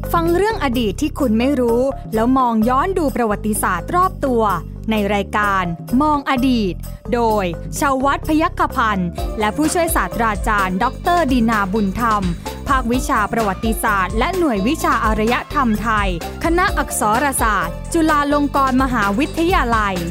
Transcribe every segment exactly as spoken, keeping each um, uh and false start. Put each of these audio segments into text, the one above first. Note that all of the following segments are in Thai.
ฟังเรื่องอดีตที่คุณไม่รู้แล้วมองย้อนดูประวัติศาสตร์รอบตัวในรายการมองอดีตโดยชวัฒน์พยัคฆพันธ์และผู้ช่วยศาสตราจารย์ดรดินาบุญธรรมภาควิชาประวัติศาสตร์และหน่วยวิชาอารยธรรมไทยคณะอักษรศาสตร์จุฬาลงกรณ์มหาวิทยาลัย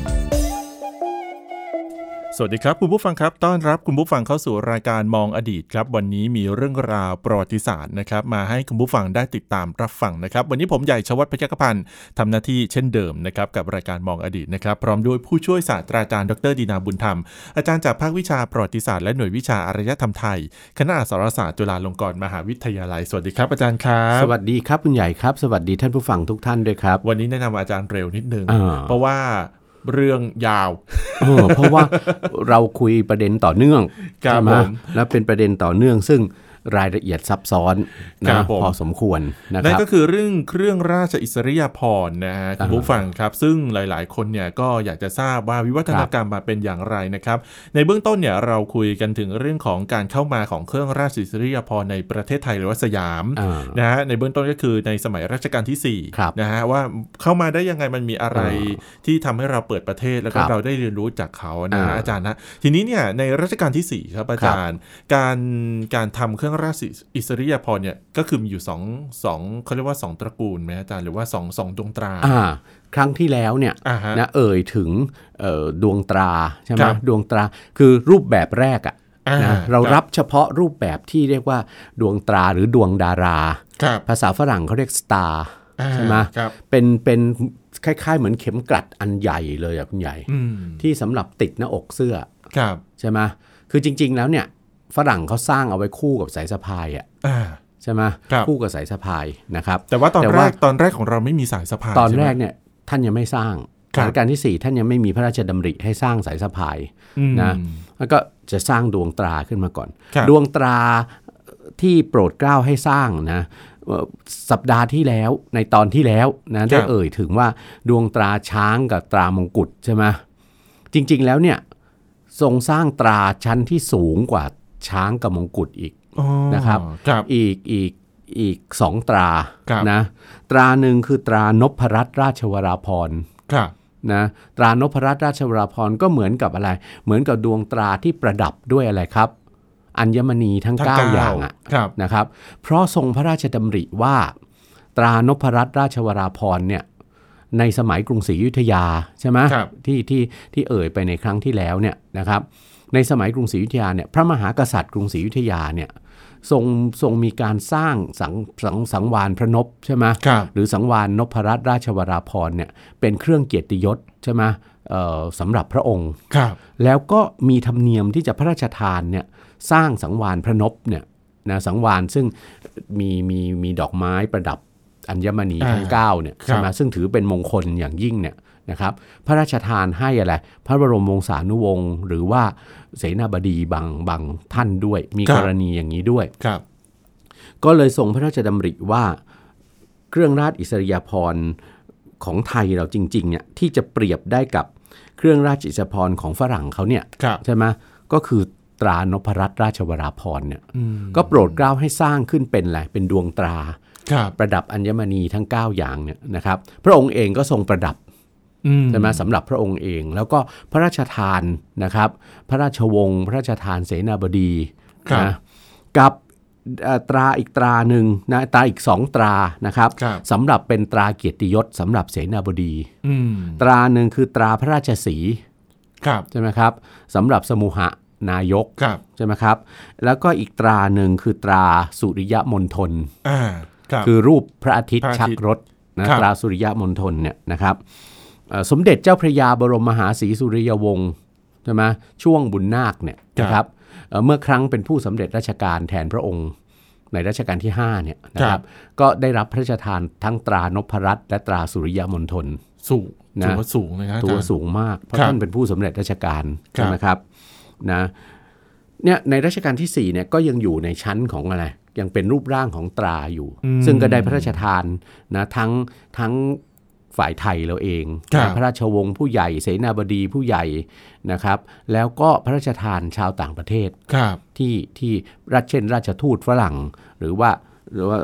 สวัสดีครับคุณผู้ฟังครับต้อนรับคุณผู้ฟังเข้าสู่รายการมองอดีตครับวันนี้มีเรื่องราวประวัติศาสตร์นะครับมาให้คุณผู้ฟังได้ติดตามรับฟังนะครับวันนี้ผมใหญ่ชวัฒน์พยัคฆพันธ์ทำหน้าที่เช่นเดิมนะครับกับรายการมองอดีตนะครับพร้อมด้วยผู้ช่วยศาสตราจารย์ดรดินาบุญธรรมอาจารย์จากภาควิชาประวัติศาสตร์และหน่วยวิชาอารยธรรมไทยคณะอักษรศาสตร์จุฬาลงกรณ์มหาวิทยาลัยสวัสดีครับอาจารย์ครับสวัสดีครับคุณใหญ่ครับสวัสดีท่านผู้ฟังทุกท่านด้วยครับวันนี้แนะนำอาจารย์เร็วนิดนึงเพราะว่าเรื่องยาวเออเพราะว่าเราคุยประเด็นต่อเนื่องใช่ไหมแล้วเป็นประเด็นต่อเนื่องซึ่งรายละเอียดซับซ้อนนะพอสมควรนะครับนั่นก็คือเรื่องเครื่องราชอิสริยาภรณ์นะฮะคุณผู้ฟังครับซึ่งหลายๆคนเนี่ยก็อยากจะทราบว่าวิวัฒนาการมาเป็นอย่างไรนะครับในเบื้องต้นเนี่ยเราคุยกันถึงเรื่องของการเข้ามาของเครื่องราชอิสริยาภรณ์ในประเทศไทยหรือว่าสยามนะฮะในเบื้องต้นก็คือในสมัยรัชกาลที่สี่นะฮะว่าเข้ามาได้ยังไงมันมีอะไรที่ทำให้เราเปิดประเทศแล้วก็เราได้เรียนรู้จากเขานะอาจารย์นะทีนี้เนี่ยในรัชกาลที่สี่ครับอาจารย์การการทำเครื่องราชอิสริยาภรณ์เนี่ยก็คือมีอยู่สอง สองเขาเรียกว่าสองตระกูลไหมอาจารย์หรือว่าสอง สองดวงตราอ่าครั้งที่แล้วเนี่ยนะเอ่ยถึงเอ่อดวงตราใช่ไหมดวงตราคือรูปแบบแรกอ่ะนะเรารับเฉพาะรูปแบบที่เรียกว่าดวงตราหรือดวงดาราภาษาฝรั่งเขาเรียกสตาร์ใช่ไหมเป็นเป็นคล้ายๆเหมือนเข็มกลัดอันใหญ่เลยอ่ะคุณใหญ่ที่สำหรับติดหน้าอกเสื้อใช่ไหมคือจริงๆแล้วเนี่ยฝรั่งเขาสร้างเอาไว้คู่กับสายสะพายอ่ะใช่ไหมคู่กับสายสะพายนะครับแต่ว่าตอนแรกตอนแรกของเราไม่มีสายสะพายตอนแรกเนี่ยท่านยังไม่สร้างรัชกาลที่สี่ท่านยังไม่มีพระราชดำริให้สร้างสายสะพายนะแล้วก็จะสร้างดวงตราขึ้นมาก่อนดวงตราที่โปรดเกล้าให้สร้างนะสัปดาห์ที่แล้วในตอนที่แล้วนะได้เอ่ยถึงว่าดวงตราช้างกับตรามงกุฎใช่ไหมจริงๆแล้วเนี่ยทรงสร้างตราชั้นที่สูงกว่าช้างกับมงกุฎอีกนะครับอีกอีกอีกสองตรานะตราหนึ่งคือตรานพรัตน์ราชวราภรณ์นะตรานพรัตน์ราชวราภรณ์ก็เหมือนกับอะไรเหมือนกับดวงตราที่ประดับด้วยอะไรครับอัญมณีทั้งเก้าอย่างอ่ะนะครับเพราะทรงพระราชดำริว่าตรานพรัตน์ราชวราภรณ์เนี่ยในสมัยกรุงศรีอยุธยาใช่ไหมที่ที่ที่เอ่ยไปในครั้งที่แล้วเนี่ยนะครับในสมัยกรุงศรีอยุธยาเนี่ยพระมหากษัตริย์กรุงศรีอยุธยาเนี่ยทรงทรงมีการสร้างสังสังสังวาลพระนพใช่ไหมหรือสังวาลนพรัตน์ราชวราภรณ์เนี่ยเป็นเครื่องเกียรติยศใช่ไหมสำหรับพระองค์แล้วก็มีธรรมเนียมที่จะพระราชทานเนี่ยสร้างสังวาลพระนพเนี่ยนะสังวาลซึ่งมีมีมีดอกไม้ประดับอัญมณีทั้งเก้าเนี่ยใช่ไหมซึ่งถือเป็นมงคลอย่างยิ่งเนี่ยนะครับพระราชทานให้อะไรพระบรมวงศานุวงศ์หรือว่าเสนาบดีบางบางท่านด้วยมีกรณีอย่างนี้ด้วยก็เลยทรงพระราชดำริว่าเครื่องราชอิสริยาภรณ์ของไทยเราจริงๆเนี่ยที่จะเปรียบได้กับเครื่องราชอิสริยาภรณ์ของฝรั่งเขาเนี่ยใช่ไหมก็คือตรานพรัตน์ราชวราภรณ์เนี่ยก็โปรดเกล้าให้สร้างขึ้นเป็นอะไรเป็นดวงตราประดับอัญมณีทั้งเก้าอย่างเนี่ยนะครับพระองค์เองก็ทรงประดับใช่ไหมสำหรับพระองค์เองแล้วก็พระราชทานนะครับพระราชวงศ์พระราชทานเสนาบดีนะกับตราอีกตราหนึ่งนะตราอีกสองตรานะครับสำหรับเป็นตราเกียรติยศสำหรับเสนาบดีตราหนึ่งคือตราพระราชสีใช่ไหมครับสำหรับสมุหนายกใช่ไหมครับแล้วก็อีกตราหนึ่งคือตราสุริยมณฑลคือรูปพระอาทิตย์ชักรถนะตราสุริยมณฑลเนี่ยนะครับสมเด็จเจ้าพระยาบรมมหาศรีสุริยวงศ์ใช่ไหมช่วงบุญนาคเนี่ยนะครับเมื่อครั้งเป็นผู้สำเร็จราชการแทนพระองค์ในรัชกาลที่ห้าเนี่ยนะครับก็ได้รับพระราชทานทั้งตรานพรัตน์และตราสุริยมณฑลสูงนะตัวสูงนะครับตัวสูงมากเพราะท่านเป็นผู้สำเร็จราชการใช่ไหมครับนะเนี่ยในรัชกาลที่สี่เนี่ยก็ยังอยู่ในชั้นของอะไรยังเป็นรูปร่างของตราอยู่ซึ่งก็ได้พระราชทานนะทั้งทั้งฝ่ายไทยเราเองพระราชวงศ์ผู้ใหญ่เสนาบดีผู้ใหญ่นะครับแล้วก็พระราชทานชาวต่างประเทศที่ที่รัฐเช่นราชทูตฝรั่งหรือว่าหรือว่า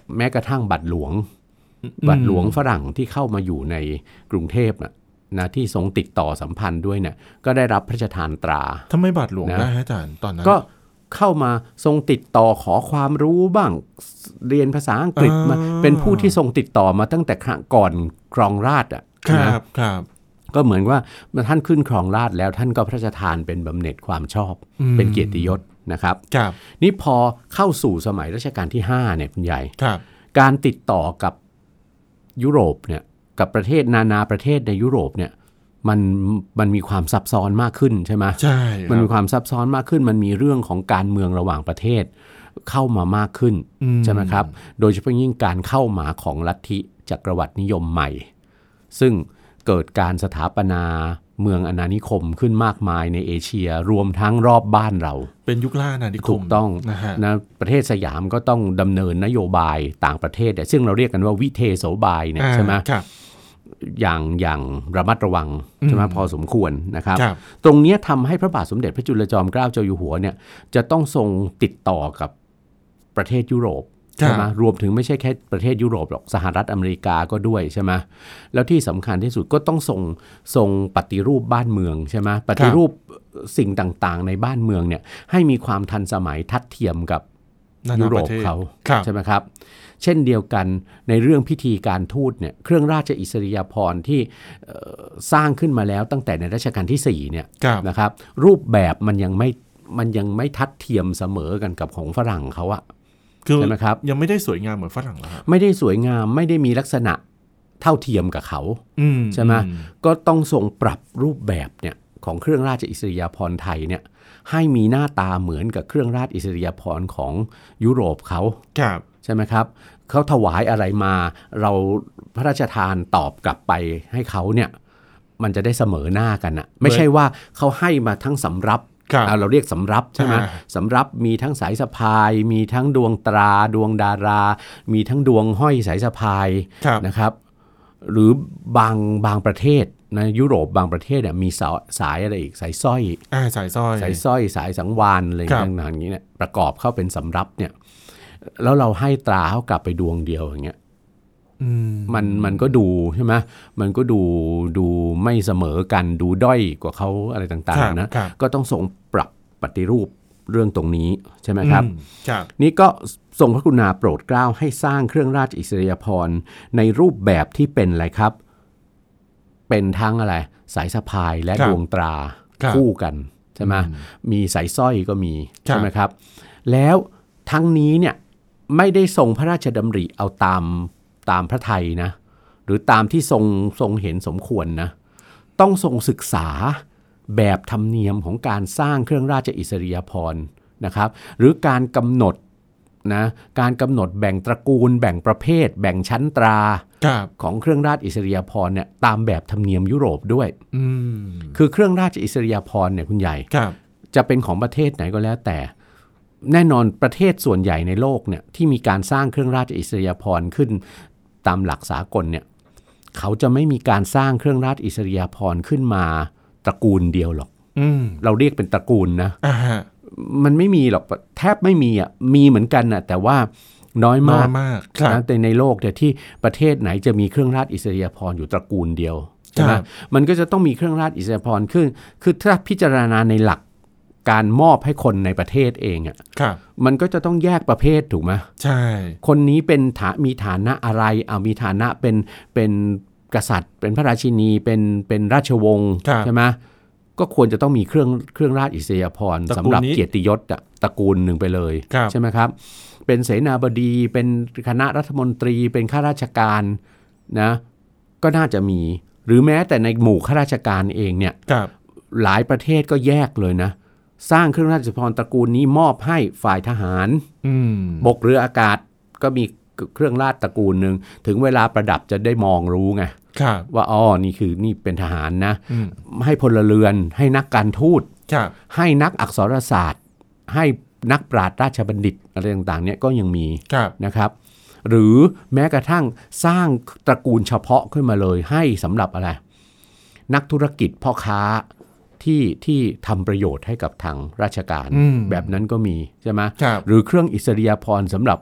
แม้กระทั่งบัตรหลวงบัตรหลวงฝรั่งที่เข้ามาอยู่ในกรุงเทพนะนะที่ทรงติดต่อสัมพันธ์ด้วยเนี่ยก็ได้รับพระราชทานตราทำไมบัตรหลวงได้อาจารย์ตอนนั้นก็เข้ามาทรงติดต่อขอความรู้บ้างเรียนภาษาอังกฤษมาเป็นผู้ที่ทรงติดต่อมาตั้งแต่ครั้งก่อนครองราชย์อ่ะครับครับก็เหมือนว่าเมื่อท่านขึ้นครองราชย์แล้วท่านก็พระราชทานเป็นบำเหน็จความชอบเป็นเกียรติยศนะครับนี่พอเข้าสู่สมัยรัชกาลที่ห้าเนี่ยคุณใหญ่การติดต่อกับยุโรปเนี่ยกับประเทศนานาประเทศในยุโรปเนี่ยมันมันมีความซับซ้อนมากขึ้นใช่ไหมใช่มันมีความซับซ้อนมากขึ้นมันมีเรื่องของการเมืองระหว่างประเทศเข้ามามากขึ้นใช่ไหมครับโดยเฉพาะยิ่งการเข้ามาของลัทธิจักรวรรดินิยมใหม่ซึ่งเกิดการสถาปนาเมืองอาณานิคมขึ้นมากมายในเอเชียรวมทั้งรอบบ้านเราเป็นยุคล่าอาณานิคมถูกต้องนะประเทศสยามก็ต้องดำเนินนโยบายต่างประเทศซึ่งเราเรียกกันว่าวิเทโสบายเนี่ยใช่ไหมอย่างอย่างระมัดระวังใช่ไหมพอสมควรนะครับตรงนี้ทำให้พระบาทสมเด็จพระจุลจอมเกล้าเจ้าอยู่หัวเนี่ยจะต้องทรงติดต่อกับประเทศยุโรปใช่ไหมรวมถึงไม่ใช่แค่ประเทศยุโรปหรอกสหรัฐอเมริกาก็ด้วยใช่ไหมแล้วที่สำคัญที่สุดก็ต้องทรงทรงปฏิรูปบ้านเมืองใช่ไหมปฏิรูปสิ่งต่างๆในบ้านเมืองเนี่ยให้มีความทันสมัยทัดเทียมกับยุโรปเขาใช่ไหมครับเช่นเดียวกันในเรื่องพิธีการทูตเนี่ยเครื่องราชอิสริยาภรณ์ที่สร้างขึ้นมาแล้วตั้งแต่ในรัชกาลที่สี่เนี่ยนะครับรูปแบบมันยังไม่มันยังไม่ทัดเทียมเสมอกันกับของฝรั่งเขาอะใช่ไหมครับยังไม่ได้สวยงามเหมือนฝรั่งหรอไม่ได้สวยงามไม่ได้มีลักษณะเท่าเทียมกับเขาใช่ไหมก็ต้องทรงปรับรูปแบบเนี่ยของเครื่องราชอิสริยาภรณ์ไทยเนี่ยให้มีหน้าตาเหมือนกับเครื่องราชอิสริยาภรณ์ของยุโรปเขาใช่ไหมครับเขาถวายอะไรมาเราพระราชทานตอบกลับไปให้เขาเนี่ยมันจะได้เสมอหน้ากันอะไม่ใช่ว่าเขาให้มาทั้งสำรับเราเรียกสำรับใช่ไหมสำรับมีทั้งสายสะพายมีทั้งดวงตราดวงดารามีทั้งดวงห้อยสายสะพายนะครับหรือบางบางประเทศในยุโรปบางประเทศเนี่ยมีสายสายอะไรอีกสายสร้อยอ่าสายสร้อยสายสร้อยสายสังวาลอะไรต่างๆอย่างนี้เนี่ยประกอบเข้าเป็นสำรับเนี่ยแล้วเราให้ตราเขากลับไปดวงเดียวอย่างเงี้ยมันมันก็ดูใช่ไหมมันก็ดูดูไม่เสมอกันดูด้อยกว่าเขาอะไรต่างๆนะก็ต้องส่งปรับปฏิรูปเรื่องตรงนี้ใช่ไหมครับนี่ก็ทรงพระกรุณาโปรดเกล้าให้สร้างเครื่องราชอิสริยาภรณ์ในรูปแบบที่เป็นอะไรครับเป็นทั้งอะไรสายสะพายและดวงตราคู่กันใช่ไหมมีสายสร้อยก็มีใช่ไหมครับแล้วทั้งนี้เนี่ยไม่ได้ทรงพระราชดำริเอาตามตามพระทัยนะหรือตามที่ทรงทรงเห็นสมควรนะต้องทรงศึกษาแบบธรรมเนียมของการสร้างเครื่องราชอิสริยาภรณ์นะครับหรือการกำหนดนะการกำหนดแบ่งตระกูลแบ่งประเภทแบ่งชั้นตราของเครื่องราชอิสริยาภรณ์เนี่ยตามแบบธรรมเนียมยุโรปด้วยคือเครื่องราชอิสริยาภรณ์เนี่ยคุณใหญ่จะเป็นของประเทศไหนก็แล้วแต่แน่นอนประเทศส่วนใหญ่ในโลกเนี่ยที่มีการสร้างเครื่องราชอิสริยาภรณ์ขึ้นตามหลักสากลเนี่ยเขาจะไม่มีการสร้างเครื่องราชอิสริยาภรณ์ขึ้นมาตระกูลเดียวหรอกเราเรียกเป็นตระกูลนะมันไม่มีหรอกแทบไม่มีอ่ะมีเหมือนกันน่ะแต่ว่าน้อยมากนะแต่ในโลกเนี่ยที่ประเทศไหนจะมีเครื่องราชอิสริยาภรณ์อยู่ตระกูลเดียวใช่ไหมมันก็จะต้องมีเครื่องราชอิสริยาภรณ์ขึ้นคือถ้าพิจารณาในหลักการมอบให้คนในประเทศเองอ่ะมันก็จะต้องแยกประเภทถูกไหมใช่คนนี้เป็นฐามีฐานะอะไรเอามีฐานะเป็นเป็นกษัตริย์เป็นพระราชินีเป็นเป็นราชวงศ์ใช่ไหมก็ควรจะต้องมีเครื่องเครื่องราชอิสริยาภรณ์สำหรับเกียรติยศตระกูลหนึ่งไปเลยใช่ไหมครับเป็นเสนาบดีเป็นคณะรัฐมนตรีเป็นข้าราชการนะก็น่าจะมีหรือแม้แต่ในหมู่ข้าราชการเองเนี่ยหลายประเทศก็แยกเลยนะสร้างเครื่องราชอิสริยาภรณ์ตระกูลนี้มอบให้ฝ่ายทหารบกเรืออากาศก็มีเครื่องราชตระกูลหนึ่งถึงเวลาประดับจะได้มองรู้ไงว่าอ๋อนี่คือนี่เป็นทหารนะให้พลเรือนให้นักการทูตให้นักอักษรศาสตร์ให้นักปราชญ์ราชบัณฑิตอะไรต่างๆเนี่ยก็ยังมีนะครับหรือแม้กระทั่งสร้างตระกูลเฉพาะขึ้นมาเลยให้สำหรับอะไรนักธุรกิจพ่อค้าที่ที่ทำประโยชน์ให้กับทางราชการแบบนั้นก็มีใช่ไหมหรือเครื่องอิสริยาภรณ์สำหรับ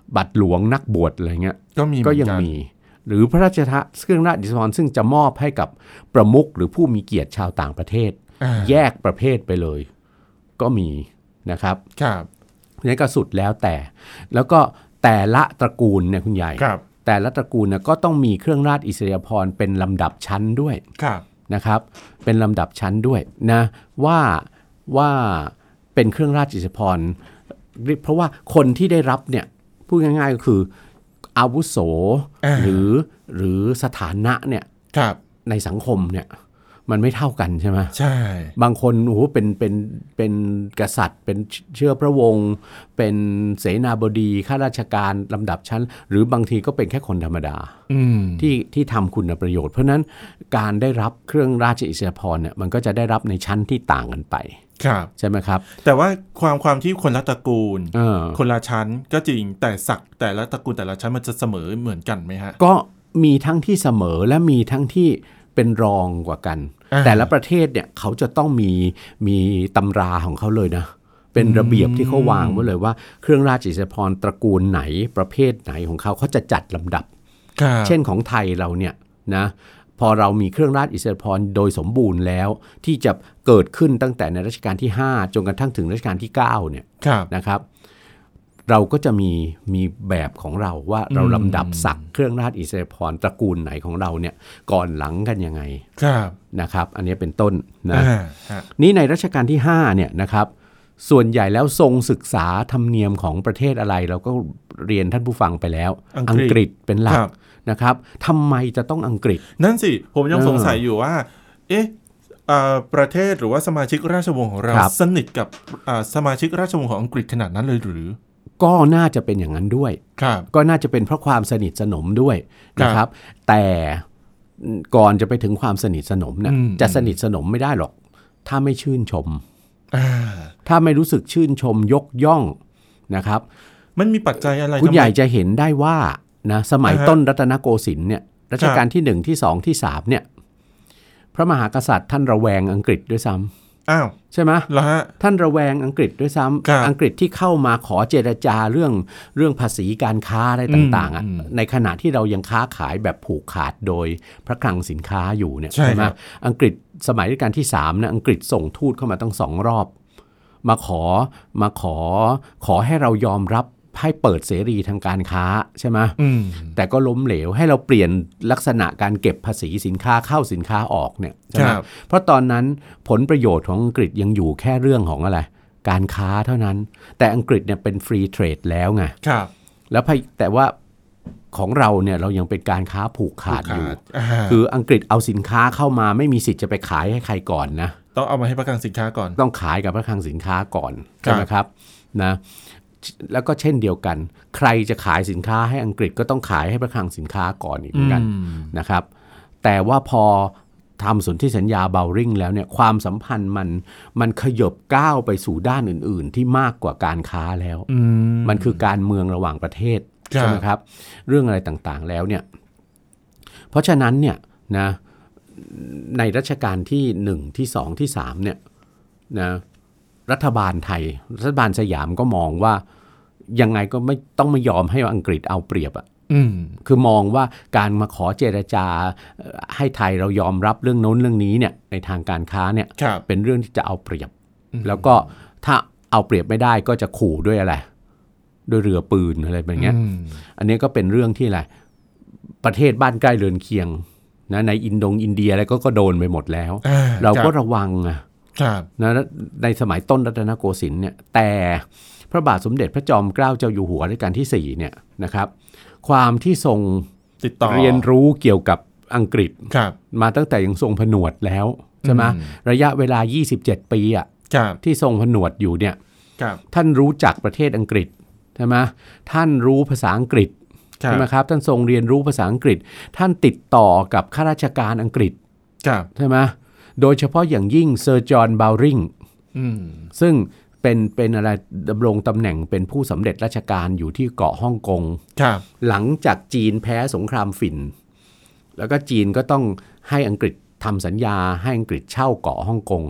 บัตรหลวงนักบวชอะไรเงี้ยก็มีก็ยังมีหรือพระราชทานเครื่องราชอิสริยาภรณ์ซึ่งจะมอบให้กับประมุขหรือผู้มีเกียรติชาวต่างประเทศแยกประเภทไปเลยก็มีนะครับครับนี่ก็สุดแล้วแต่แล้วก็แต่ละตระกูลเนี่ยคุณใหญ่แต่ละตระกูลเนี่ยก็ต้องมีเครื่องราชอิสริยาภรณ์เป็นลำดับชั้นด้วยนะครับเป็นลำดับชั้นด้วยนะว่าว่าเป็นเครื่องราชอิสริยาภรณ์เพราะว่าคนที่ได้รับเนี่ยพูดง่ายๆก็คืออาวุโสหรือหรือสถานะเนี่ยในสังคมเนี่ยมันไม่เท่ากันใช่ไหมใช่บางคนโอ้โหเป็นเป็นเป็นกษัตริย์เป็นเชื้อพระวงศ์เป็นเสนาบดีข้าราชการลำดับชั้นหรือบางทีก็เป็นแค่คนธรรมดาที่ที่ทำคุณประโยชน์เพราะนั้นการได้รับเครื่องราชอิสริยาภรณ์เนี่ยมันก็จะได้รับในชั้นที่ต่างกันไปใช่ไหมครับแต่ว่าความความที่คนละตระกูลคนละชั้นก็จริงแต่ศักดิ์แต่ละตระกูลแต่ละชั้นมันจะเสมอเหมือนกันไหมฮะก็มีทั้งที่เสมอและมีทั้งที่เป็นรองกว่ากันแต่ละประเทศเนี่ยเขาจะต้องมีมีตำราของเขาเลยนะเป็นระเบียบที่เขาวางไว้เลยว่าเครื่องราชอิสริยาภรณ์ตระกูลไหนประเภทไหนของเขาเขาจะจัดลำดับเช่นของไทยเราเนี่ยนะพอเรามีเครื่องราชอิสริยาภรณ์โดยสมบูรณ์แล้วที่จะเกิดขึ้นตั้งแต่ในรัชกาลที่ห้าจนกระทั่งถึงรัชกาลที่เก้าเนี่ยนะครับเราก็จะมีมีแบบของเราว่าเราลำดับศักดิ์เครื่องราชอิสริยาภรณ์ตระกูลไหนของเราเนี่ยก่อนหลังกันยังไงนะครับอันนี้เป็นต้นนะนี่ในรัชกาลที่ห้าเนี่ยนะครับส่วนใหญ่แล้วทรงศึกษาธรรมเนียมของประเทศอะไรเราก็เรียนท่านผู้ฟังไปแล้วอังกฤษเป็นหลักนะครับทำไมจะต้องอังกฤษนั่นสิผมยังสงสัยอยู่ว่าเอ๊ะประเทศหรือว่าสมาชิกราชวงศ์ของเราสนิทกับสมาชิกราชวงศ์ของอังกฤษขนาดนั้นเลยหรือก็น่าจะเป็นอย่างนั้นด้วยก็น่าจะเป็นเพราะความสนิทสนมด้วยนะครับแต่ก่อนจะไปถึงความสนิทสนมเนี่ยจะสนิทสนมไม่ได้หรอกถ้าไม่ชื่นชมถ้าไม่รู้สึกชื่นชมยกย่องนะครับมันมีปัจจัยอะไรคุณใหญ่จะเห็นได้ว่านะสมัยต้นรัตนโกสินทร์เนี่ยรัชกาลที่หนึ่งที่สองที่สามเนี่ยพระมหากษัตริย์ท่านระแวงอังกฤษด้วยซ้ำอ้าวใช่ไหมแล้วฮะท่านระแวงอังกฤษด้วยซ้ำอังกฤษที่เข้ามาขอเจรจาเรื่องเรื่องภาษีการค้าอะไรต่างๆอ่ะในขณะที่เรายังค้าขายแบบผูกขาดโดยพระคลังสินค้าอยู่เนี่ยใช่ไหมอังกฤษสมัยรัชกาลที่สามนะอังกฤษส่งทูตเข้ามาตั้งสองรอบมาขอมาขอขอให้เรายอมรับให้เปิดเสรีทางการค้าใช่ไหมแต่ก็ล้มเหลวให้เราเปลี่ยนลักษณะการเก็บภาษีสินค้าเข้าสินค้าออกเนี่ยใช่ไหมเพราะตอนนั้นผลประโยชน์ของอังกฤษยังอยู่แค่เรื่องของอะไรการค้าเท่านั้นแต่อังกฤษเนี่ยเป็นฟรีเทรดแล้วไงแล้วแต่ว่าของเราเนี่ยเรายังเป็นการค้าผูกขาดอยู่คืออังกฤษเอาสินค้าเข้ามาไม่มีสิทธิ์จะไปขายให้ใครก่อนนะต้องเอามาให้พระคลังสินค้าก่อนต้องขายกับพระคลังสินค้าก่อนใช่ไหมครับนะแล้วก็เช่นเดียวกันใครจะขายสินค้าให้อังกฤษก็ต้องขายให้พระคลังสินค้าก่อนอีกเหมือนกันนะครับแต่ว่าพอทำสนธิสัญญาเบลริงแล้วเนี่ยความสัมพันธ์มันมันขยบก้าวไปสู่ด้านอื่นๆที่มากกว่าการค้าแล้วมันคือการเมืองระหว่างประเทศใช่ไหมครับเรื่องอะไรต่างๆแล้วเนี่ยเพราะฉะนั้นเนี่ยนะในรัชกาลที่หนึ่งที่สองที่สามเนี่ยนะรัฐบาลไทยรัฐบาลสยามก็มองว่ายังไงก็ไม่ต้องไม่ยอมให้อังกฤษเอาเปรียบอ่ะคือมองว่าการมาขอเจรจาให้ไทยเรายอมรับเรื่องโน้นเรื่องนี้เนี่ยในทางการค้าเนี่ยเป็นเรื่องที่จะเอาเปรียบแล้วก็ถ้าเอาเปรียบไม่ได้ก็จะขู่ด้วยอะไรด้วยเรือปืนอะไรแบบนี้อันนี้ก็เป็นเรื่องที่อะไรประเทศบ้านใกล้เรือนเคียงนะในอินโดงอินเดียอะไรก็ก็โดนไปหมดแล้วเราก็ระวังอ่ะนะในสมัยต้นรัตนโกสินทร์เนี่ยแต่พระบาทสมเด็จพระจอมเกล้าเจ้าอยู่หัวรัชกาลที่สี่เนี่ยนะครับความที่ทรงติดต่อเรียนรู้เกี่ยวกับอังกฤษมาตั้งแต่ยังทรงผนวดแล้วใช่ไหมระยะเวลายี่สิบเจ็ดปีอ่ะที่ทรงผนวดอยู่เนี่ยท่านรู้จักประเทศอังกฤษใช่ไหมท่านรู้ภาษาอังกฤษใช่ไหมครับท่านทรงเรียนรู้ภาษาอังกฤษท่านติดต่อกับข้าราชการอังกฤษใช่ไหมโดยเฉพาะอย่างยิ่งเซอร์จอห์นเบลริงซึ่งเป็นเป็นอะไรดำรงตำแหน่งเป็นผู้สำเร็จราชการอยู่ที่เกาะฮ่องกงหลังจากจีนแพ้สงครามฝิ่นแล้วก็จีนก็ต้องให้อังกฤษทำสัญญาให้อังกฤษเช่าเกาะฮ่องกง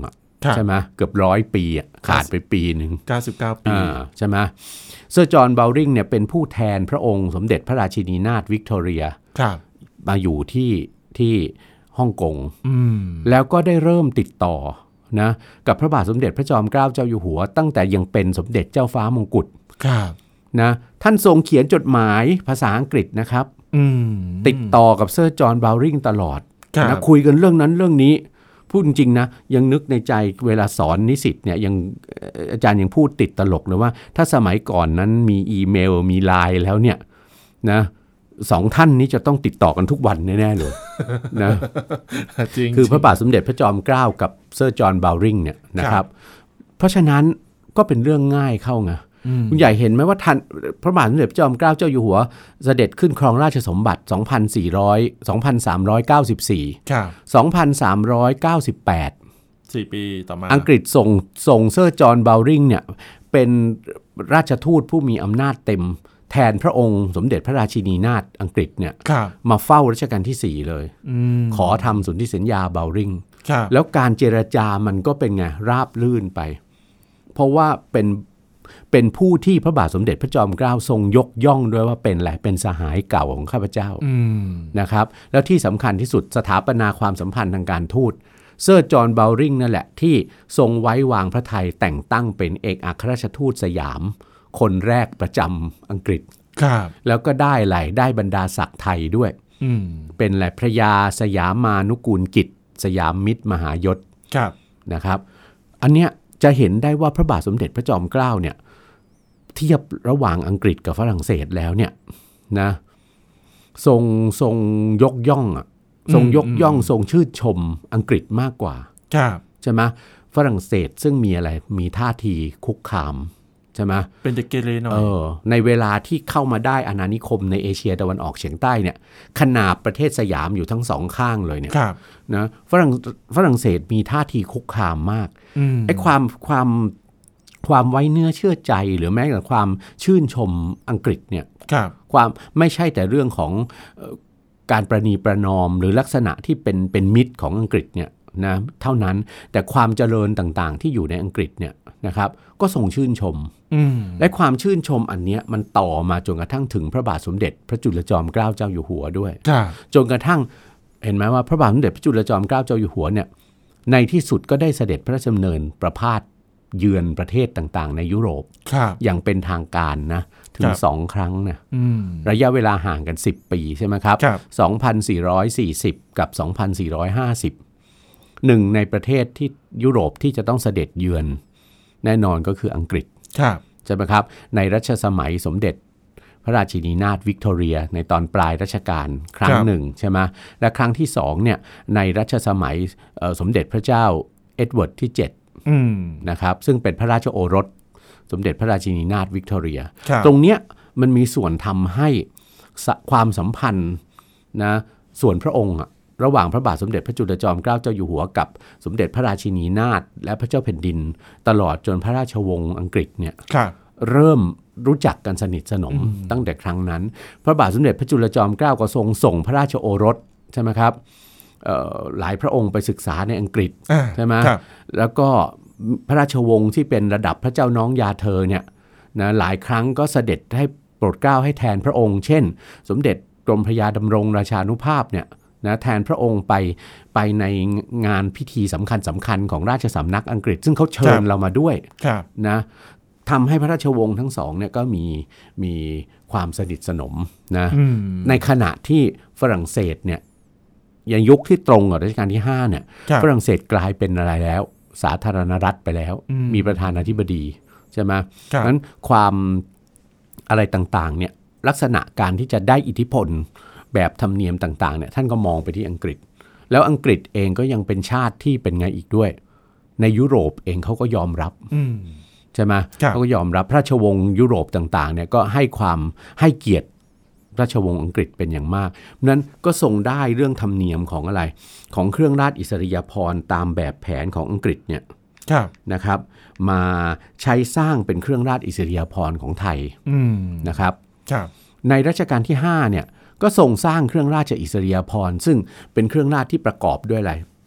ใช่ไหมเกือบร้อยปีขาดไปปีหนึ่งเก้าสิบเก้าปีใช่ไหมเซอร์จอห์น เบลริงเนี่ยเป็นผู้แทนพระองค์สมเด็จพระราชินีนาถวิกตอเรียมาอยู่ที่ที่ฮ่องกงแล้วก็ได้เริ่มติดต่อนะกับพระบาทสมเด็จพระจอมเกล้าเจ้าอยู่หัวตั้งแต่ยังเป็นสมเด็จเจ้าฟ้ามงกุฎนะท่านทรงเขียนจดหมายภาษาอังกฤษนะครับติดต่อกับเซอร์จอห์น เบลริงตลอดนะคุยกันเรื่องนั้นเรื่องนี้พูดจริงๆนะยังนึกในใจเวลาสอนนิสิตเนี่ยยังอาจารย์ยังพูดติดตลกเลยว่าถ้าสมัยก่อนนั้นมีอีเมลมีไลน์แล้วเนี่ยนะสองท่านนี้จะต้องติดต่อกันทุกวันแน่ๆเลยนะคือพระบาทสมเด็จพระจอมเกล้ากับเซอร์จอห์น เบลริงเนี่ยนะครับเพราะฉะนั้นก็เป็นเรื่องง่ายเข้าไงคุณใหญ่เห็นไหมว่าท่านพระบาทสมเด็จพระจอมเกล้าเจ้าอยู่หัวเสด็จขึ้นครองราชสมบัติสองพันสี่ร้อย สองพันสามร้อยเก้าสิบสี่ครับสองพันสามร้อยเก้าสิบแปดสี่ปีต่อมาอังกฤษส่งส่งเซอร์จอห์น เบลริงเนี่ยเป็นราชทูตผู้มีอำนาจเต็มแทนพระองค์สมเด็จพระราชินีนาถอังกฤษเนี่ยมาเฝ้ารัชกาลที่สี่เลยขอทำสนธิสัญญา เบลริงแล้วการเจรจามันก็เป็นไงราบลื่นไปเพราะว่าเป็นเป็นผู้ที่พระบาทสมเด็จพระจอมเกล้าทรงยกย่องด้วยว่าเป็นแหละเป็นสหายเก่าของข้าพเจ้านะครับแล้วที่สำคัญที่สุดสถาปนาความสัมพันธ์ทางการทูตเซอร์จอห์น เบลริงนั่นแหละที่ทรงไว้วางพระทัยแต่งตั้งเป็นเอกอัครราชทูตสยามคนแรกประจำอังกฤษแล้วก็ได้ไหลได้บรรดาศักดิ์ไทยด้วยเป็นแหละพระยาสยามานุกูลกิจสยามมิตรมหายศนะครับอันเนี้ยจะเห็นได้ว่าพระบาทสมเด็จพระจอมเกล้าเนี่ยเทียบระหว่างอังกฤษกับฝรั่งเศสแล้วเนี่ยนะทรงทรงยกย่องอ่ะทรงยกย่องทรงชื่นชมอังกฤษมากกว่าใช่ไหมฝรั่งเศสซึ่งมีอะไรมีท่าทีคุกคามใช่ไหมเป็นเด็กเกเรหน่อยเออในเวลาที่เข้ามาได้อาณานิคมในเอเชียตะวันออกเฉียงใต้เนี่ยขนาบประเทศสยามอยู่ทั้งสองข้างเลยเนี่ยนะฝรั่งฝรั่งเศสมีท่าทีคุกคามมากไอ้ความความความไว้เนื้อเชื่อใจหรือแม้แต่ความชื่นชมอังกฤษเนี่ยความไม่ใช่แต่เรื่องของการประนีประนอมหรือลักษณะที่เป็นเป็นมิตรของอังกฤษเนี่ยนะเท่านั้นแต่ความเจริญต่างๆที่อยู่ในอังกฤษเนี่ยนะครับก็ทรงชื่นชมและความชื่นชมอันเนี้ยมันต่อมาจนกระทั่งถึงพระบาทสมเด็จพระจุลจอมเกล้าเจ้าอยู่หัวด้วยจนกระทั่งเห็นไหมว่าพระบาทสมเด็จพระจุลจอมเกล้าเจ้าอยู่หัวเนี่ยในที่สุดก็ได้เสด็จพระราชดำเนินประพาสเยือนประเทศต่างๆในยุโรปอย่างเป็นทางการนะถึงสองครั้งนะระยะเวลาห่างกันสิบปีใช่ไหมครับสองพันสี่ร้อยสี่สิบกับสองพันสี่ร้อยห้าสิบหนึ่งในประเทศที่ยุโรปที่จะต้องเสด็จเยือนแน่นอนก็คืออังกฤษใช่ไหมครับในรัชสมัยสมเด็จพระราชินีนาถวิกตอเรียในตอนปลายรัชกาลครั้งหนึ่งใช่ไหมและครั้งที่สองเนี่ยในรัชสมัยสมเด็จพระเจ้าเอ็ดเวิร์ดที่เจ็ดนะครับซึ่งเป็นพระราชโอรสสมเด็จพระราชินีนาถวิกตอเรียตรงเนี้ยมันมีส่วนทำให้ความสัมพันธ์นะส่วนพระองค์ระหว่างพระบาทสมเด็จพระจุลจอมเกล้าเจ้าอยู่หัวกับสมเด็จพระราชินีนาถและพระเจ้าแผ่นดินตลอดจนพระราชวงศ์อังกฤษเนี่ยเริ่มรู้จักกันสนิทสนมตั้งแต่ครั้งนั้นพระบาทสมเด็จพระจุลจอมเกล้าก็ทรงส่งพระราชโอรสใช่ไหมครับหลายพระองค์ไปศึกษาในอังกฤษใช่ไหมแล้วก็พระราชวงศ์ที่เป็นระดับพระเจ้าน้องยาเธอเนี่ยนะหลายครั้งก็เสด็จให้โปรดเกล้าให้แทนพระองค์เช่นสมเด็จกรมพระยาดำรงราชานุภาพเนี่ยนะแทนพระองค์ไปไปในงานพิธีสำคัญสำคัญของราชสำนักอังกฤษซึ่งเขาเชิญเรามาด้วยนะทำให้พระราชวงศ์ทั้งสองเนี่ยก็มีมีความสนิทสนมนะในขณะที่ฝรั่งเศสเนี่ยอย่างยุคที่ตรงกับรัชกาลที่ห้าเนี่ยฝรั่งเศสกลายเป็นอะไรแล้วสาธารณรัฐไปแล้วมีประธานาธิบดีใช่ไหมงั้นความอะไรต่างๆเนี่ยลักษณะการที่จะได้อิทธิพลแบบธรรมเนียมต่างๆเนี่ยท่านก็มองไปที่อังกฤษแล้วอังกฤษเองก็ยังเป็นชาติที่เป็นไงอีกด้วยในยุโรปเองเขาก็ยอมรับใช่ไหมเขาก็ยอมรับพระราชวงศ์ยุโรปต่างๆเนี่ยก็ให้ความให้เกียรติราชวงศ์อังกฤษเป็นอย่างมากนั้นก็ทรงได้เรื่องธรรมเนียมของอะไรของเครื่องราชอิสริยาภรณ์ตามแบบแผนของอังกฤษเนี่ยนะครับมาใช้สร้างเป็นเครื่องราชอิสริยาภรณ์ของไทยนะครับในรัชกาลที่ห้าเนี่ยก็ทรงสร้างเครื่องราชอิสริยาภรณ์ซึ่งเป็นเครื่องราชที่ประกอบด้วยอะไร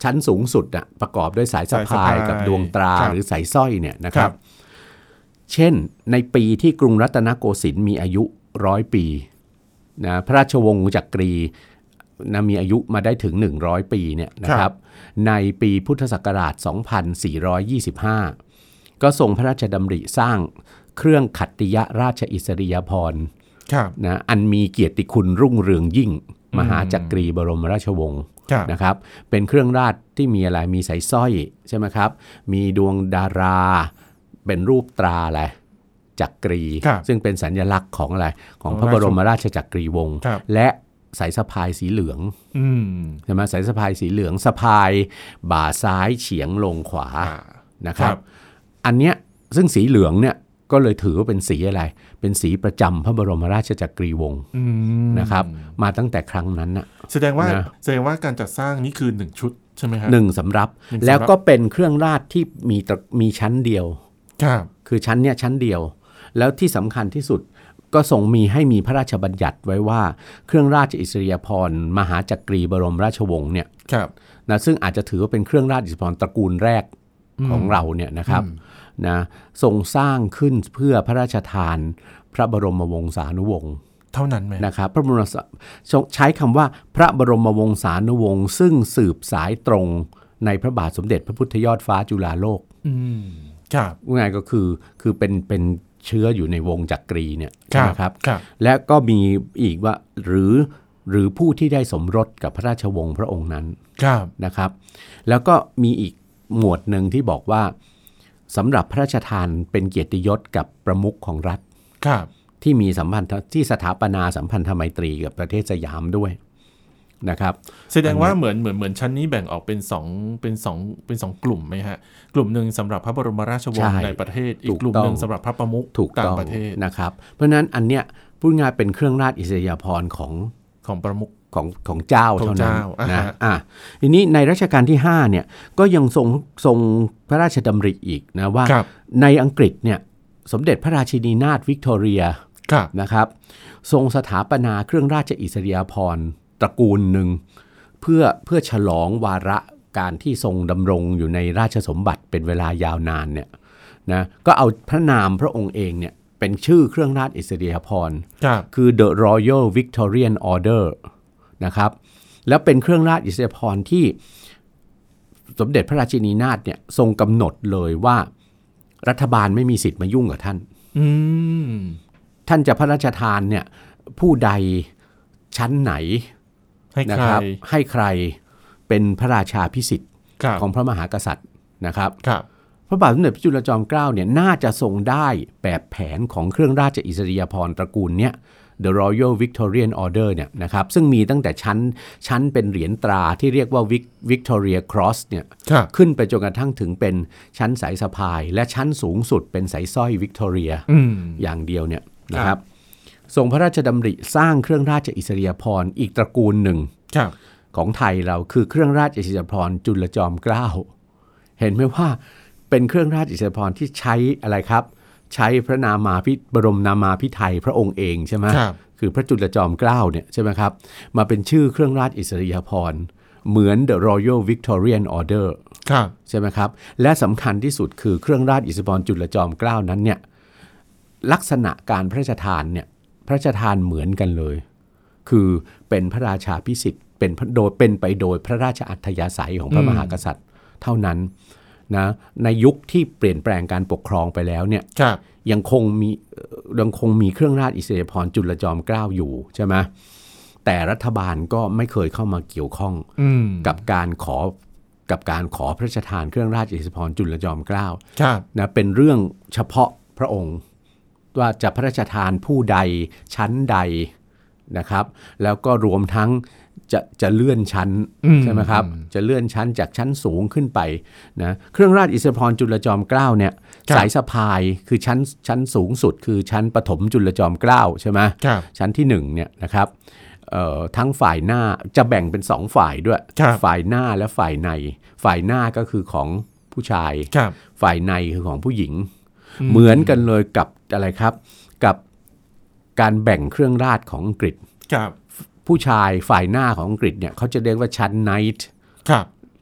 ชั้นสูงสุดอ่ะประกอบด้วยสายสะพายกับดวงตราหรือสายสร้อยเนี่ยนะครับเช่นในปีที่กรุงรัตนโกสินทร์มีอายุร้อยปีนะพระราชวงศ์จักรีนะมีอายุมาได้ถึงหนึ่งร้อยปีเนี่ยนะครับในปีพุทธศักราชสองพันสี่ร้อยยี่สิบห้าก็ทรงพระราชดำริสร้างเครื่องขัตติยราชอิสริยาภรณ์นะอันมีเกียรติคุณรุ่งเรืองยิ่งมหาจักรีบรมราชวงศ์นะครับเป็นเครื่องราชที่มีอะไรมีสายสร้อยใช่ไหมครับมีดวงดาราเป็นรูปตราอะไรจักรีซึ่งเป็นสัญลักษณ์ของอะไรของพระบรมราชจักรีวงศ์และสายสะพายสีเหลืองใช่ไหมสายสะพายสีเหลืองสะพายบ่าซ้ายเฉียงลงขวานะครับอันเนี้ยซึ่งสีเหลืองเนี่ยก็เลยถือว่าเป็นสีอะไรเป็นสีประจำพระบรมราชจักรีวงศ์นะครับมาตั้งแต่ครั้งนั้นนะแสดงว่าแสดงว่าการจัดสร้างนี่คือหนึ่งชุดใช่ไหมครับหนึ่งสำรับแล้วก็เป็นเครื่องราชที่มีมีชั้นเดียวคือชั้นเนี้ยชั้นเดียวแล้วที่สำคัญที่สุดก็ทรงมีให้มีพระราชบัญญัติไว้ว่าเครื่องราชอิสริยาภรณ์มหาจักรีบรมราชวงศ์เนี่ยนะซึ่งอาจจะถือว่าเป็นเครื่องราชอิสริยาภรณ์ตระกูลแรกของเราเนี่ยนะครับนะทรงสร้างขึ้นเพื่อพระราชทานพระบรมวงศานุวงศ์เท่านั้นไหมนะครับพระบรมใช้คำว่าพระบรมวงศานุวงศ์ซึ่งสืบสายตรงในพระบาทสมเด็จพระพุทธยอดฟ้าจุฬาโลกครับง่ายก็คือคือเป็นเป็นเชื้ออยู่ในวงจักรีเนี่ยนะครับและก็มีอีกว่าหรือหรือผู้ที่ได้สมรสกับพระราชวงศ์พระองค์นั้นนะครับแล้วก็มีอีกหมวดหนึ่งที่บอกว่าสำหรับพระราชทานเป็นเกียรติยศกับประมุขของรัฐที่มีสัมพันธ์ที่สถาปนาสัมพันธไมตรีกับประเทศสยามด้วยนะครับแสดงว่าเหมือนเหมือนเหมือนชั้นนี้แบ่งออกเป็นสองเป็นสองเป็นสองกลุ่มไหมฮะกลุ่มหนึ่งสำหรับพระบรมราชวงศ์ในประเทศอีกกลุ่มหนึ่งสำหรับพระประมุขต่างประเทศนะครับเพราะฉะนั้นอันเนี้ยพูดง่ายเป็นเครื่องราชอิสริยาภรณ์ของของประมุขของของเจ้าเท่านั้นนะอ่ะทีนี้ในรัชกาลที่ห้าเนี่ยก็ยังทรงทรงพระราชดำริอีกนะว่าในอังกฤษเนี่ยสมเด็จพระราชินีนาถวิกตอเรียนะครับทรงสถาปนาเครื่องราชอิสริยาภรณ์ตระกูลหนึ่งเพื่อเพื่อฉลองวาระการที่ทรงดำรงอยู่ในราชสมบัติเป็นเวลายาวนานเนี่ยนะก็เอาพระนามพระองค์เองเนี่ยเป็นชื่อเครื่องราชอิสริยาภรณ์คือ The Royal Victorian Order นะครับแล้วเป็นเครื่องราชอิสริยาภรณ์ที่สมเด็จพระราชินีนาถเนี่ยทรงกำหนดเลยว่ารัฐบาลไม่มีสิทธิ์มายุ่งกับท่านท่านจะพระราชทานเนี่ยผู้ใดชั้นไหนให้ใครให้ใครเป็นพระราชาภิสิทธิ์ของพระมหากษัตริย์นะครับพระบาทสมเด็จพระจุลจอมเกล้าเนี่ยน่าจะทรงได้แบบแผนของเครื่องราชอิสริยาภรณ์ตระกูลเนี้ย The Royal Victorian Order เนี่ยนะครับซึ่งมีตั้งแต่ชั้นชั้นเป็นเหรียญตราที่เรียกว่า Victoria Cross เนี่ยขึ้นไปจนกระทั่งถึงเป็นชั้นสายสะพายและชั้นสูงสุดเป็นสายสร้อยวิกตอเรียอย่างเดียวเนี่ยนะครับทรงพระราชดำริสร้างเครื่องราชอิสริยาภรณ์อีกตระกูลหนึ่งของไทยเราคือเครื่องราชอิสริยาภรณ์จุลจอมเกล้าเห็นไหมว่าเป็นเครื่องราชอิสริยาภรณ์ที่ใช้อะไรครับใช้พระนามาพิบรมนามาภิไธยพระองค์เองใช่ไหมคือพระจุลจอมเกล้าเนี่ยใช่ไหมครับมาเป็นชื่อเครื่องราชอิสริยาภรณ์เหมือน The Royal Victorian Order ใช่ไหมครับและสำคัญที่สุดคือเครื่องราชอิสริยาภรณ์จุลจอมเกล้านั้นเนี่ยลักษณะการพระราชทานเนี่ยพระราชทานเหมือนกันเลยคือเป็นพระราชาภิสิทธิ์เป็นโดยเป็นไปโดยพระราชอัธยาศัยของพระมหากษัตริย์เท่านั้นนะในยุคที่เปลี่ยนแปลงการปกครองไปแล้วเนี่ยยังคงมียังคงมีเครื่องราชอิสริยาภรณ์จุลจอมเกล้าอยู่ใช่ไหมแต่รัฐบาลก็ไม่เคยเข้ามาเกี่ยวข้องกับการขอกับการขอพระราชทานเครื่องราชอิสริยาภรณ์จุลจอมเกล้านะเป็นเรื่องเฉพาะพระองค์ว่าจะพระราชทานผู้ใดชั้นใดนะครับแล้วก็รวมทั้งจะจะเลื่อนชั้นใช่ไหมครับจะเลื่อนชั้นจากชั้นสูงขึ้นไปนะเครื่องราชอิสริยาภรณ์จุลจอมเกล้าเนี่ยสายสะพายคือชั้นชั้นสูงสุดคือชั้นปฐมจุลจอมเกล้าใช่ไหมชั้นที่หนึ่งเนี่ยนะครับทั้งฝ่ายหน้าจะแบ่งเป็นสองฝ่ายด้วยฝ่ายหน้าและฝ่ายในฝ่ายหน้าก็คือของผู้ชายฝ่ายในคือของผู้หญิงเหมือนกันเลยกับอะไรครับกับการแบ่งเครื่องราชของอังกฤษผู้ชายฝ่ายหน้าของอังกฤษเนี่ยเขาจะเรียกว่าชั้นไนท์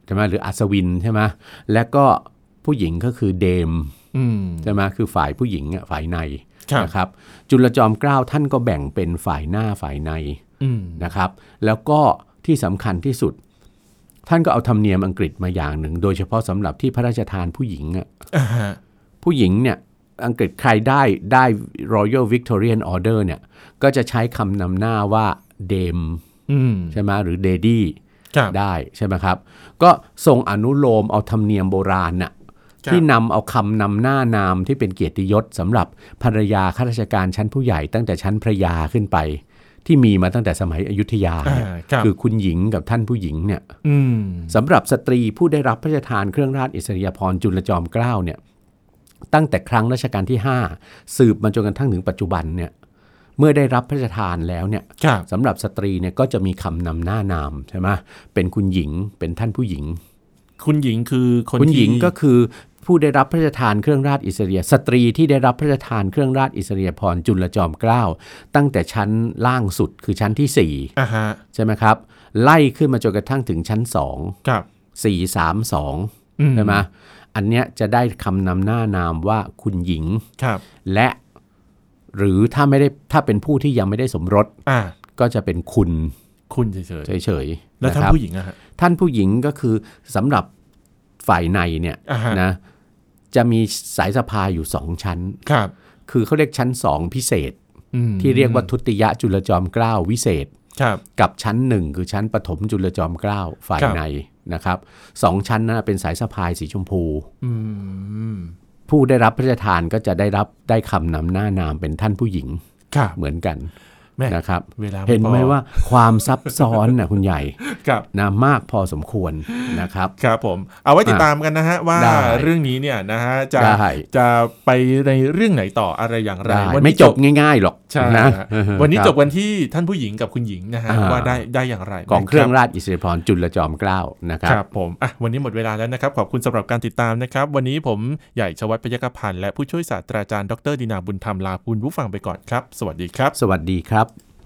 ช่ไหมหรืออัศวินใช่ไหมและก็ผู้หญิงก็คือเดมใช่ไหมคือฝ่ายผู้หญิงอ่ะฝ่ายในนะครับจุลจอมเกล้าท่านก็แบ่งเป็นฝ่ายหน้าฝ่ายในนะครับแล้วก็ที่สำคัญที่สุดท่านก็เอาธรรมเนียมอังกฤษมาอย่างหนึ่งโดยเฉพาะสำหรับที่พระราชทานผู้หญิงอ่ะ uh-huh. ผู้หญิงเนี่ยอังกฤษใครได้ได้ Royal Victorian Order เนี่ยก็จะใช้คำนำหน้าว่าเดมใช่ไหมหรือเดดี้ได้ใช่ไหมครับก็ทรงอนุโลมเอาธรรมเนียมโบราณน่ะที่นำเอาคำนำหน้านามที่เป็นเกียรติยศสำหรับภรรยาข้าราชการชั้นผู้ใหญ่ตั้งแต่ชั้นพระยาขึ้นไปที่มีมาตั้งแต่สมัยอยุธยาเนี่ยคือคุณหญิงกับท่านผู้หญิงเนี่ยสำหรับสตรีผู้ได้รับพระราชทานเครื่องราชอิสริยาภรณ์จุลจอมเกล้าเนี่ยตั้งแต่ครั้งรัชกาลที่ห้าสืบมาจนกระทั่งถึงปัจจุบันเนี่ยเมื่อได้รับพระราชทานแล้วเนี่ยสำหรับสตรีเนี่ยก็จะมีคำนำหน้านามใช่ไหมเป็นคุณหญิงเป็นท่านผู้หญิงคุณหญิงคือคนคุณหญิงก็คือผู้ได้รับพระราชทานเครื่องราชอิสริยสตรีที่ได้รับพระราชทานเครื่องราชอิสริยาภรณ์จุลจอมเกล้าตั้งแต่ชั้นล่างสุดคือชั้นที่สี่ uh-huh. ใช่ไหมครับไล่ขึ้นมาจนกระทั่งถึงชั้นสองสี่ สาม สองใช่ไหมอันเนี้ยจะได้คำนำหน้านามว่าคุณหญิงและหรือถ้าไม่ได้ถ้าเป็นผู้ที่ยังไม่ได้สมรสก็จะเป็นคุณคุณเฉยๆเฉยๆแล้วท่านผู้หญิงอะฮะท่านผู้หญิงก็คือสำหรับฝ่ายในเนี่ย uh-huh. นะจะมีสายสะพายอยู่สองชั้นครับคือเขาเรียกชั้นสองพิเศษที่เรียกว่าทุติยจุลจอมเกล้าวิเศษกับชั้นหนึ่งคือชั้นปฐมจุลจอมเกล้าฝ่ายในนะครับสองชั้นนั้นเป็นสายสะพายสีชมพูผู้ได้รับพระราชทานก็จะได้รับได้คำนำหน้านามเป็นท่านผู้หญิงเหมือนกันนะครับเห็นไหมว่าความซับซ้อนนะคุณใหญ่นะมากพอสมควรนะครับครับผมเอาไว้ติดตามกันนะฮะว่าเรื่องนี้เนี่ยนะฮะจะจะไปในเรื่องไหนต่ออะไรอย่างไรไม่จบง่ายๆหรอกใช่นะวันนี้จบกันที่ท่านผู้หญิงกับคุณหญิงนะฮะว่าได้ได้อย่างไรของเครื่องราชอิสริยาภรณ์จุลจอมเกล้านะครับครับผมอ่ะวันนี้หมดเวลาแล้วนะครับขอบคุณสำหรับการติดตามนะครับวันนี้ผมใหญ่ชวัฒน์พยัคฆพันธ์และผู้ช่วยศาสตราจารย์ดรดินาบุญธรรมลาคุณผู้ฟังไปก่อนครับสวัสดีครับสวัสดีครับ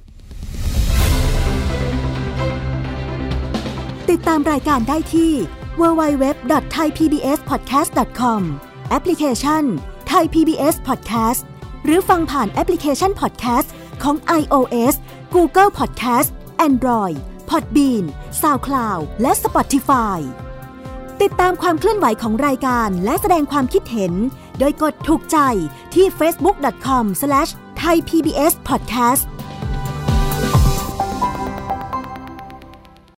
ติดตามรายการได้ที่ ดับเบิลยู ดับเบิลยู ดับเบิลยู ดอท ไทย พี บี เอส พอดแคสต์ ดอท คอม แอปพลิเคชัน Thai พี บี เอส Podcast หรือฟังผ่านแอปพลิเคชัน Podcast ของ iOS Google Podcast Android Podbean SoundCloud และ Spotify ติดตามความเคลื่อนไหวของรายการและแสดงความคิดเห็นโดยกดถูกใจที่ เฟซบุ๊ก ดอท คอม สแลช ไทย พี บี เอส พอดแคสต์